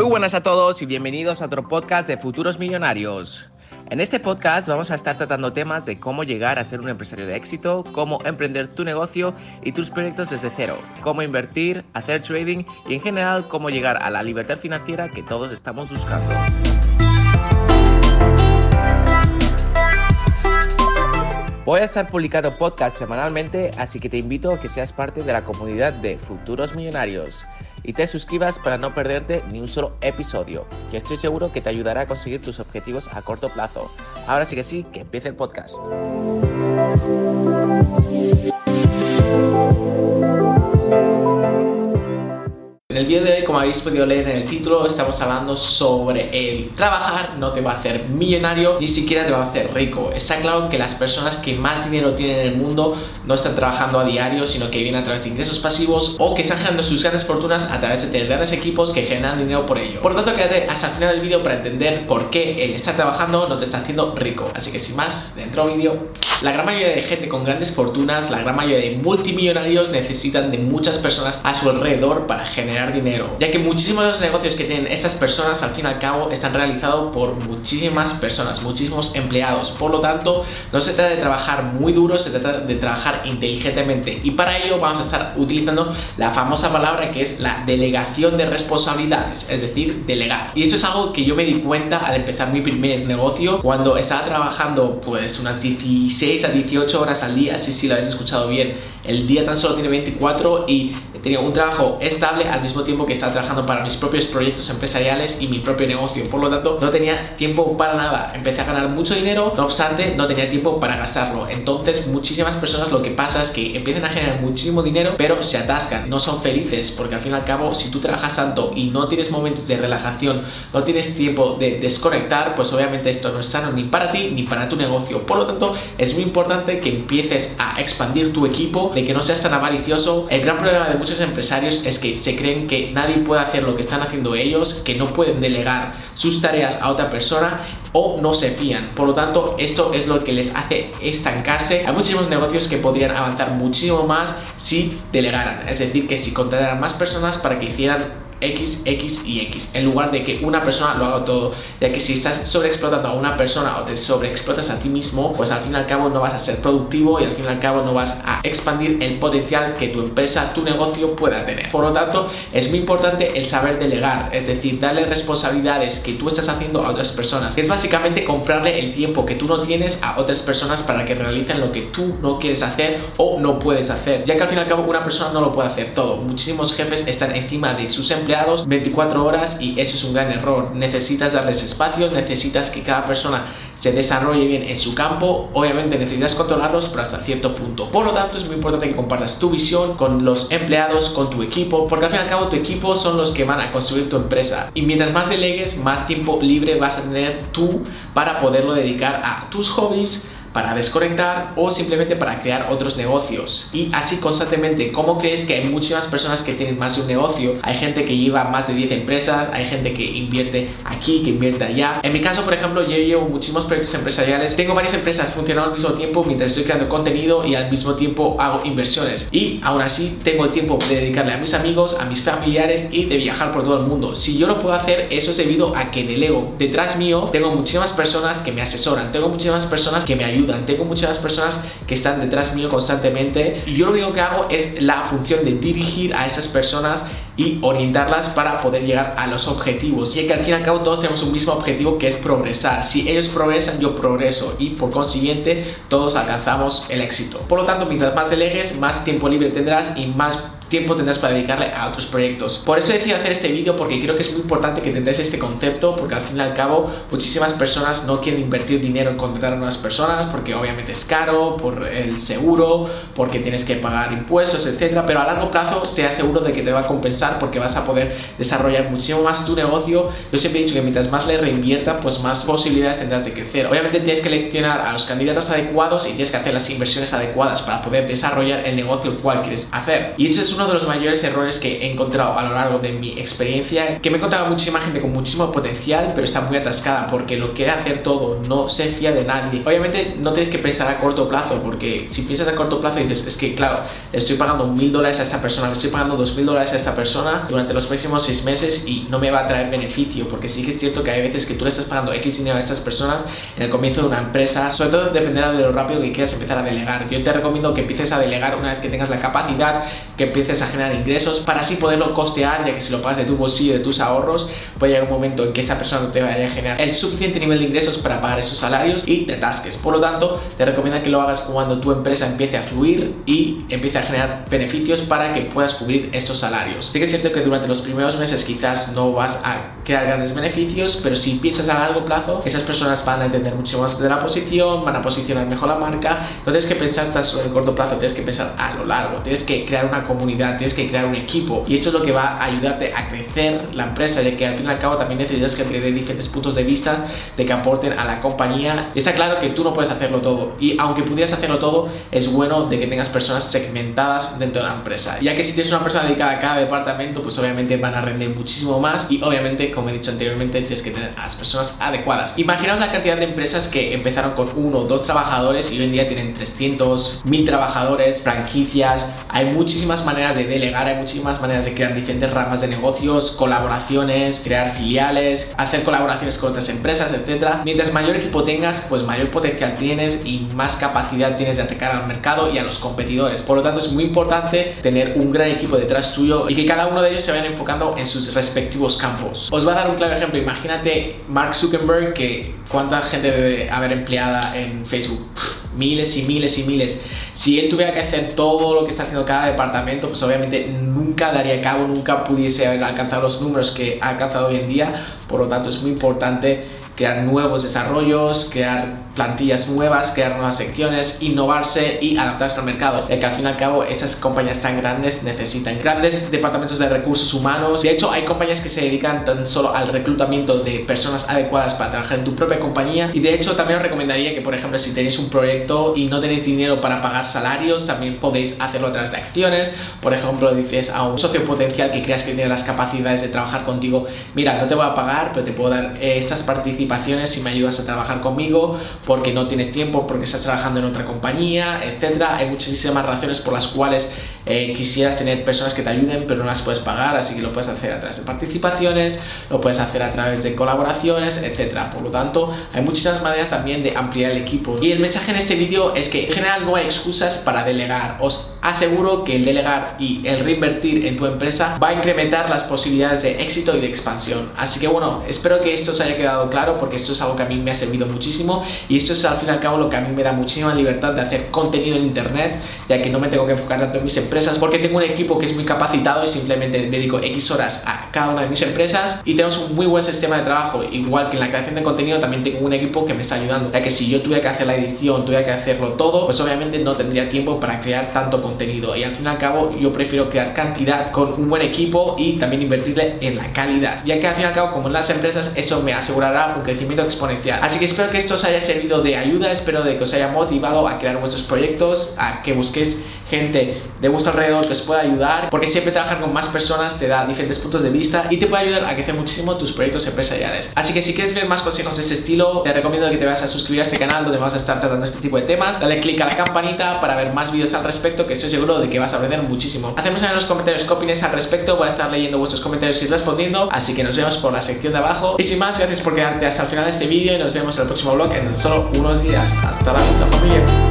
buenas a todos y bienvenidos a otro podcast de Futuros Millonarios. En este podcast vamos a estar tratando temas de cómo llegar a ser un empresario de éxito, cómo emprender tu negocio y tus proyectos desde cero, cómo invertir, hacer trading y en general cómo llegar a la libertad financiera que todos estamos buscando. Voy a estar publicando podcasts semanalmente, así que te invito a que seas parte de la comunidad de Futuros Millonarios y te suscribas para no perderte ni un solo episodio, que estoy seguro que te ayudará a conseguir tus objetivos a corto plazo. Ahora sí, que empiece el podcast. En el vídeo de hoy, como habéis podido leer en el título, estamos hablando sobre el trabajar no te va a hacer millonario, ni siquiera te va a hacer rico. Está claro que las personas que más dinero tienen en el mundo no están trabajando a diario, sino que vienen a través de ingresos pasivos o que están generando sus grandes fortunas a través de tener grandes equipos que generan dinero por ello. Por lo tanto, quédate hasta el final del vídeo para entender por qué el estar trabajando no te está haciendo rico. Así que sin más, dentro del vídeo. La gran mayoría de gente con grandes fortunas, la gran mayoría de multimillonarios necesitan de muchas personas a su alrededor para generar dinero, ya que muchísimos de los negocios que tienen estas personas al fin y al cabo están realizados por muchísimas personas, muchísimos empleados. Por lo tanto, no se trata de trabajar muy duro, se trata de trabajar inteligentemente, y para ello vamos a estar utilizando la famosa palabra que es la delegación de responsabilidades, es decir, delegar. Y esto es algo que yo me di cuenta al empezar mi primer negocio, cuando estaba trabajando pues unas 16 a 18 horas al día. Sí, lo habéis escuchado bien, el día tan solo tiene 24 y tenía un trabajo estable al mismo tiempo que estaba trabajando para mis propios proyectos empresariales y mi propio negocio. Por lo tanto, no tenía tiempo para nada. Empecé a ganar mucho dinero, no obstante, no tenía tiempo para gastarlo. Entonces, muchísimas personas lo que pasa es que empiezan a generar muchísimo dinero, pero se atascan, no son felices, porque al fin y al cabo, si tú trabajas tanto y no tienes momentos de relajación, no tienes tiempo de desconectar, pues obviamente esto no es sano ni para ti ni para tu negocio. Por lo tanto, es muy importante que empieces a expandir tu equipo, de que no seas tan avaricioso. El gran problema de muchos empresarios es que se creen que nadie puede hacer lo que están haciendo ellos, que no pueden delegar sus tareas a otra persona o no se fían. Por lo tanto, esto es lo que les hace estancarse. Hay muchísimos negocios que podrían avanzar muchísimo más si delegaran, es decir, que si contrataran más personas para que hicieran X, X y X, en lugar de que una persona lo haga todo, ya que si estás sobreexplotando a una persona o te sobreexplotas a ti mismo, pues al fin y al cabo no vas a ser productivo y al fin y al cabo no vas a expandir el potencial que tu empresa, tu negocio pueda tener. Por lo tanto, es muy importante el saber delegar, es decir, darle responsabilidades que tú estás haciendo a otras personas, que es básicamente comprarle el tiempo que tú no tienes a otras personas para que realicen lo que tú no quieres hacer o no puedes hacer, ya que al fin y al cabo una persona no lo puede hacer todo. Muchísimos jefes están encima de sus empleados 24 horas y eso es un gran error. Necesitas darles espacios, necesitas que cada persona se desarrolle bien en su campo. Obviamente necesitas controlarlos, pero hasta cierto punto. Por lo tanto, es muy importante que compartas tu visión con los empleados, con tu equipo, porque al fin y al cabo tu equipo son los que van a construir tu empresa. Y mientras más delegues, más tiempo libre vas a tener tú para poderlo dedicar a tus hobbies, para desconectar o simplemente para crear otros negocios, y así constantemente. ¿Cómo crees que hay muchísimas personas que tienen más de un negocio? Hay gente que lleva más de 10 empresas, hay gente que invierte aquí, que invierte allá. En mi caso, por ejemplo, yo llevo muchísimos proyectos empresariales, tengo varias empresas funcionando al mismo tiempo mientras estoy creando contenido y al mismo tiempo hago inversiones, y aún así tengo el tiempo de dedicarle a mis amigos, a mis familiares y de viajar por todo el mundo. Si yo lo puedo hacer, eso es debido a que delego. Detrás mío tengo muchísimas personas que me asesoran, tengo muchísimas personas que me ayudan, tengo muchas personas que están detrás mío constantemente, y yo lo único que hago es la función de dirigir a esas personas y orientarlas para poder llegar a los objetivos, y que al fin y al cabo todos tenemos un mismo objetivo, que es progresar. Si ellos progresan, yo progreso, y por consiguiente todos alcanzamos el éxito. Por lo tanto, mientras más delegues, más tiempo libre tendrás y más tiempo tendrás para dedicarle a otros proyectos. Por eso decidí hacer este vídeo, porque creo que es muy importante que entendáis este concepto, porque al fin y al cabo muchísimas personas no quieren invertir dinero en contratar a nuevas personas, porque obviamente es caro, por el seguro, porque tienes que pagar impuestos, etcétera, pero a largo plazo te aseguro de que te va a compensar, porque vas a poder desarrollar muchísimo más tu negocio. Yo siempre he dicho que mientras más le reinvierta, pues más posibilidades tendrás de crecer. Obviamente tienes que seleccionar a los candidatos adecuados y tienes que hacer las inversiones adecuadas para poder desarrollar el negocio el cual quieres hacer, y eso es uno de los mayores errores que he encontrado a lo largo de mi experiencia, que me he encontrado muchísima gente con muchísimo potencial, pero está muy atascada porque lo quiere hacer todo, no se fía de nadie. Obviamente no tienes que pensar a corto plazo, porque si piensas a corto plazo y dices, es que claro, le estoy pagando $1000 a esta persona, le estoy pagando $2000 a esta persona durante los próximos 6 meses y no me va a traer beneficio, porque sí que es cierto que hay veces que tú le estás pagando X dinero a estas personas en el comienzo de una empresa. Sobre todo dependerá de lo rápido que quieras empezar a delegar. Yo te recomiendo que empieces a delegar una vez que tengas la capacidad, que empieces a generar ingresos para así poderlo costear, ya que si lo pagas de tu bolsillo, de tus ahorros, puede llegar un momento en que esa persona no te vaya a generar el suficiente nivel de ingresos para pagar esos salarios y te atasques. Por lo tanto, te recomiendo que lo hagas cuando tu empresa empiece a fluir y empiece a generar beneficios para que puedas cubrir estos salarios. Sí que es cierto que durante los primeros meses quizás no vas a crear grandes beneficios, pero si piensas a largo plazo, esas personas van a entender mucho más de la posición, van a posicionar mejor la marca. No tienes que pensar tan solo en el corto plazo, tienes que pensar a lo largo, tienes que crear una comunidad, tienes que crear un equipo, y esto es lo que va a ayudarte a crecer la empresa, ya que al fin y al cabo también necesitas que te dé diferentes puntos de vista de que aporten a la compañía. Y está claro que tú no puedes hacerlo todo, y aunque pudieras hacerlo todo, es bueno de que tengas personas segmentadas dentro de la empresa, ya que si tienes una persona dedicada a cada departamento, pues obviamente van a rendir muchísimo más, y obviamente, como he dicho anteriormente, tienes que tener a las personas adecuadas. Imaginaos la cantidad de empresas que empezaron con 1 o 2 trabajadores y hoy en día tienen 300, 1000 trabajadores, franquicias. Hay muchísimas maneras de delegar, hay muchísimas maneras de crear diferentes ramas de negocios, colaboraciones, crear filiales, hacer colaboraciones con otras empresas, etcétera. Mientras mayor equipo tengas, pues mayor potencial tienes y más capacidad tienes de atacar al mercado y a los competidores. Por lo tanto, es muy importante tener un gran equipo detrás tuyo y que cada uno de ellos se vayan enfocando en sus respectivos campos. Os voy a dar un claro ejemplo. Imagínate Mark Zuckerberg, que cuánta gente debe haber empleada en Facebook. Miles y miles y miles. Si él tuviera que hacer todo lo que está haciendo cada departamento, pues obviamente nunca daría cabo, nunca pudiese haber alcanzado los números que ha alcanzado hoy en día. Por lo tanto, es muy importante crear nuevos desarrollos, crear plantillas nuevas, crear nuevas secciones, innovarse y adaptarse al mercado, ya que al fin y al cabo estas compañías tan grandes necesitan grandes departamentos de recursos humanos. De hecho, hay compañías que se dedican tan solo al reclutamiento de personas adecuadas para trabajar en tu propia compañía. Y de hecho, también os recomendaría que, por ejemplo, si tenéis un proyecto y no tenéis dinero para pagar salarios, también podéis hacerlo a través de acciones. Por ejemplo, dices a un socio potencial que creas que tiene las capacidades de trabajar contigo: mira, no te voy a pagar, pero te puedo dar estas participaciones si me ayudas a trabajar conmigo, porque no tienes tiempo, porque estás trabajando en otra compañía, etcétera. Hay muchísimas razones por las cuales quisieras tener personas que te ayuden, pero no las puedes pagar, así que lo puedes hacer a través de participaciones, lo puedes hacer a través de colaboraciones, etcétera. Por lo tanto, hay muchísimas maneras también de ampliar el equipo. Y el mensaje en este vídeo es que en general no hay excusas para delegar. Os aseguro que el delegar y el reinvertir en tu empresa va a incrementar las posibilidades de éxito y de expansión. Así que bueno, espero que esto os haya quedado claro, porque esto es algo que a mí me ha servido muchísimo y esto es al fin y al cabo lo que a mí me da muchísima libertad de hacer contenido en internet, ya que no me tengo que enfocar tanto en mis empresas, porque tengo un equipo que es muy capacitado y simplemente dedico X horas a cada una de mis empresas y tenemos un muy buen sistema de trabajo. Igual que en la creación de contenido también tengo un equipo que me está ayudando, ya que si yo tuviera que hacer la edición, tuviera que hacerlo todo, pues obviamente no tendría tiempo para crear tanto contenido, y al fin y al cabo yo prefiero crear cantidad con un buen equipo y también invertirle en la calidad, ya que al fin y al cabo, como en las empresas, eso me asegurará un crecimiento exponencial. Así que espero que esto os haya servido de ayuda, espero de que os haya motivado a crear vuestros proyectos, a que busquéis gente de vuestro alrededor que os pueda ayudar, porque siempre trabajar con más personas te da diferentes puntos de vista y te puede ayudar a crecer muchísimo tus proyectos empresariales. Así que si quieres ver más consejos de ese estilo, te recomiendo que te vayas a suscribir a este canal, donde vamos a estar tratando este tipo de temas. Dale click a la campanita para ver más vídeos al respecto, que estoy seguro de que vas a aprender muchísimo. Hacedme saber en los comentarios qué opináis al respecto, voy a estar leyendo vuestros comentarios y respondiendo, así que nos vemos por la sección de abajo. Y sin más, gracias por quedarte hasta el final de este vídeo y nos vemos en el próximo vlog en solo unos días. Hasta la vista, familia.